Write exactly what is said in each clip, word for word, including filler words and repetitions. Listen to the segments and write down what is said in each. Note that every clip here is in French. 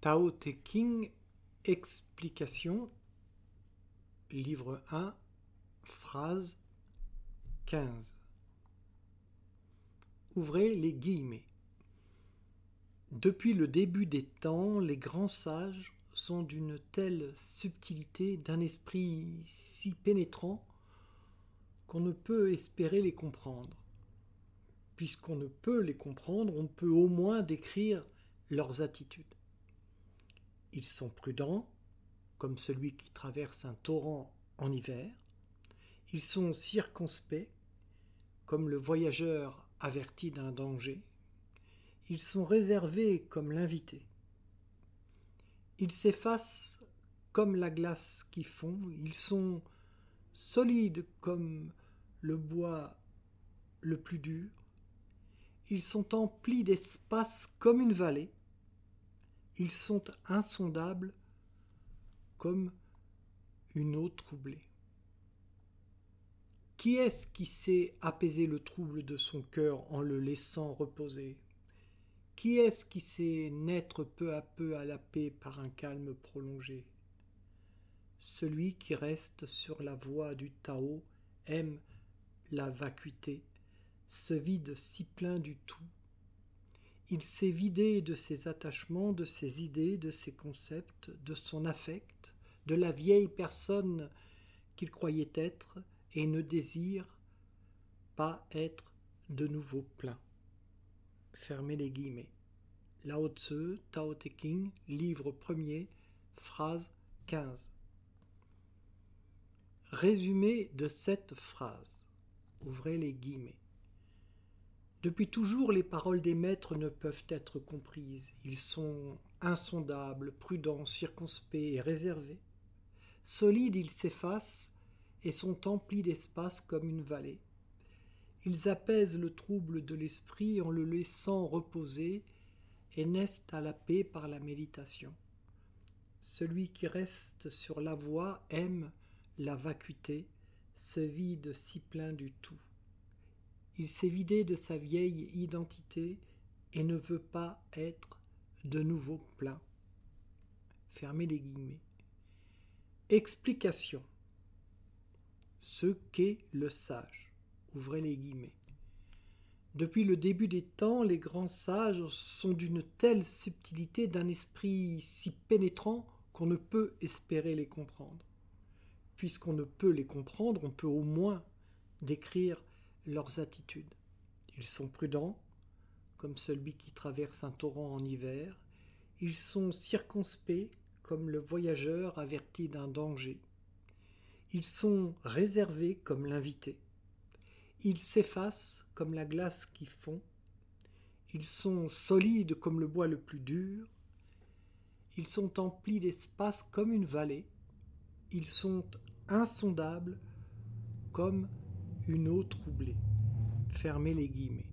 Tao Te Ching, explication, livre un, phrase quinze. Ouvrez les guillemets. Depuis le début des temps, les grands sages sont d'une telle subtilité, d'un esprit si pénétrant, qu'on ne peut espérer les comprendre. Puisqu'on ne peut les comprendre, on peut au moins décrire leurs attitudes. Ils sont prudents, comme celui qui traverse un torrent en hiver. Ils sont circonspects, comme le voyageur averti d'un danger. Ils sont réservés comme l'invité. Ils s'effacent comme la glace qui fond. Ils sont solides comme le bois le plus dur. Ils sont emplis d'espace comme une vallée. Ils sont insondables comme une eau troublée. Qui est-ce qui sait apaiser le trouble de son cœur en le laissant reposer ? Qui est-ce qui sait naître peu à peu à la paix par un calme prolongé ? Celui qui reste sur la voie du Tao aime la vacuité, se vide si plein du tout. Il s'est vidé de ses attachements, de ses idées, de ses concepts, de son affect, de la vieille personne qu'il croyait être et ne désire pas être de nouveau plein. Fermez les guillemets. Lao Tzu, Tao Te Ching, livre premier, phrase quinze. Résumé de cette phrase. Ouvrez les guillemets. Depuis toujours, les paroles des maîtres ne peuvent être comprises. Ils sont insondables, prudents, circonspects et réservés. Solides, ils s'effacent et sont emplis d'espace comme une vallée. Ils apaisent le trouble de l'esprit en le laissant reposer et naissent à la paix par la méditation. Celui qui reste sur la voie aime la vacuité, se vide si plein du tout. Il s'est vidé de sa vieille identité et ne veut pas être de nouveau plein. Fermez les guillemets. Explication. Ce qu'est le sage. Ouvrez les guillemets. Depuis le début des temps, les grands sages sont d'une telle subtilité, d'un esprit si pénétrant qu'on ne peut espérer les comprendre. Puisqu'on ne peut les comprendre, on peut au moins décrire leurs attitudes. Ils sont prudents, comme celui qui traverse un torrent en hiver. Ils sont circonspects, comme le voyageur averti d'un danger. Ils sont réservés comme l'invité. Ils s'effacent comme la glace qui fond. Ils sont solides comme le bois le plus dur. Ils sont emplis d'espace comme une vallée. Ils sont insondables comme une eau troublée. Fermez les guillemets.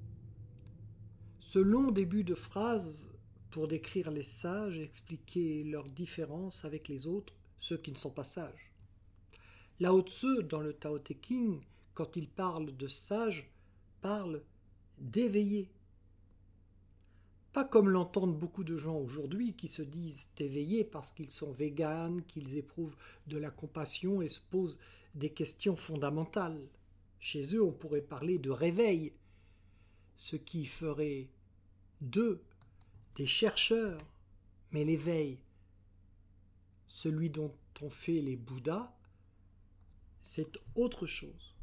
Ce long début de phrase pour décrire les sages, expliquer leur différence avec les autres, ceux qui ne sont pas sages. Lao Tzu, dans le Tao Te Ching, quand il parle de sages, parle d'éveillés. Pas comme l'entendent beaucoup de gens aujourd'hui qui se disent éveillés parce qu'ils sont véganes, qu'ils éprouvent de la compassion et se posent des questions fondamentales. Chez eux, on pourrait parler de réveil, ce qui ferait d'eux des chercheurs. Mais l'éveil, celui dont on fait les Bouddhas, c'est autre chose.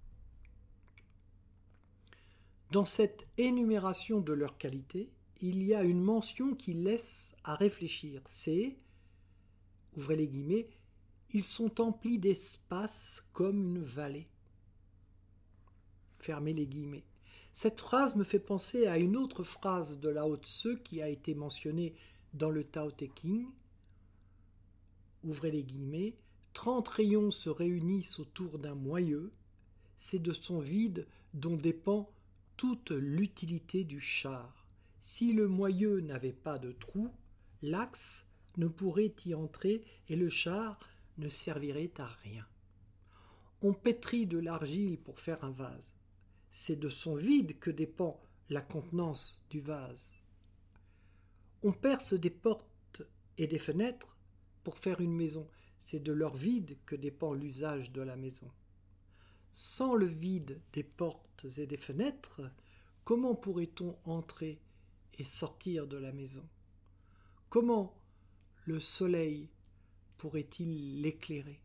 Dans cette énumération de leurs qualités, il y a une mention qui laisse à réfléchir. C'est, ouvrez les guillemets, ils sont emplis d'espace comme une vallée. Fermez les guillemets. Cette phrase me fait penser à une autre phrase de Lao Tzu qui a été mentionnée dans le Tao Te Ching. Ouvrez les guillemets. Trente rayons se réunissent autour d'un moyeu. C'est de son vide dont dépend toute l'utilité du char. Si le moyeu n'avait pas de trou, l'axe ne pourrait y entrer et le char ne servirait à rien. On pétrit de l'argile pour faire un vase. C'est de son vide que dépend la contenance du vase. On perce des portes et des fenêtres pour faire une maison. C'est de leur vide que dépend l'usage de la maison. Sans le vide des portes et des fenêtres, comment pourrait-on entrer et sortir de la maison? Comment le soleil pourrait-il l'éclairer?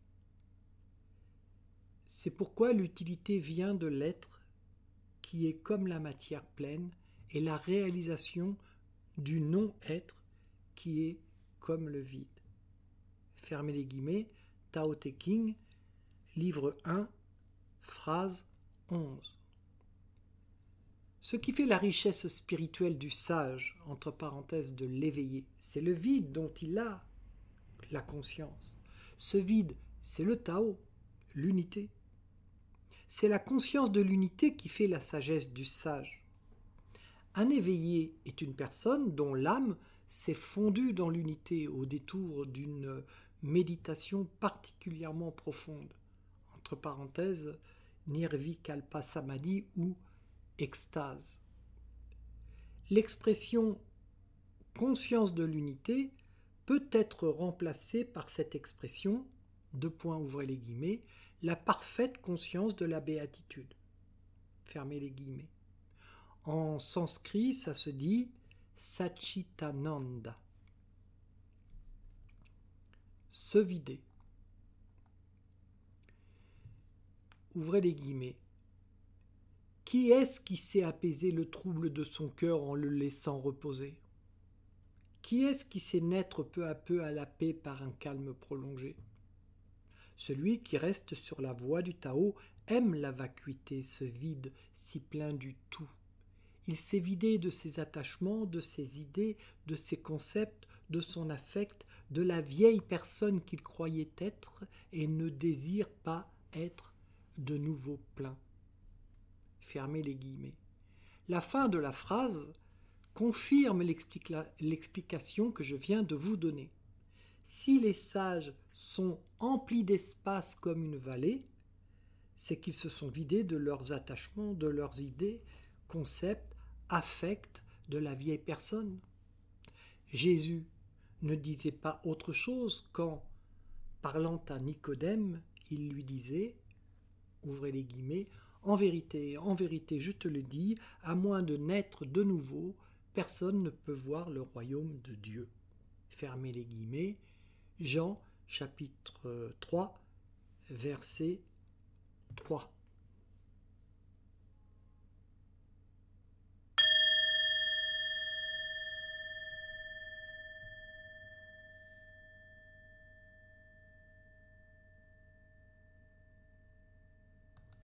C'est pourquoi l'utilité vient de l'être qui est comme la matière pleine et la réalisation du non-être qui est comme le vide. Fermez les guillemets, Tao Te Ching, livre un, phrase onze. Ce qui fait la richesse spirituelle du sage, entre parenthèses de l'éveillé, c'est le vide dont il a la conscience. Ce vide, c'est le Tao, l'unité. C'est la conscience de l'unité qui fait la sagesse du sage. Un éveillé est une personne dont l'âme s'est fondue dans l'unité au détour d'une méditation particulièrement profonde, entre parenthèses, Nirvikalpa Samadhi ou extase. L'expression conscience de l'unité peut être remplacée par cette expression, deux points ouvrez les guillemets, la parfaite conscience de la béatitude. Fermez les guillemets. En sanskrit, ça se dit Satchitananda. Se vider. Ouvrez les guillemets. Qui est-ce qui sait apaiser le trouble de son cœur en le laissant reposer? Qui est-ce qui sait naître peu à peu à la paix par un calme prolongé? Celui qui reste sur la voie du Tao aime la vacuité, ce vide si plein du tout. Il s'est vidé de ses attachements, de ses idées, de ses concepts, de son affect, de la vieille personne qu'il croyait être et ne désire pas être de nouveau plein. Fermez les guillemets. La fin de la phrase confirme l'explica- l'explication que je viens de vous donner. Si les sages sont emplis d'espace comme une vallée, c'est qu'ils se sont vidés de leurs attachements, de leurs idées, concepts, affects de la vieille personne. Jésus ne disait pas autre chose quand, parlant à Nicodème, il lui disait, ouvrez les guillemets, en vérité, en vérité, je te le dis, à moins de naître de nouveau, personne ne peut voir le royaume de Dieu. Fermez les guillemets. Jean, chapitre trois, verset trois.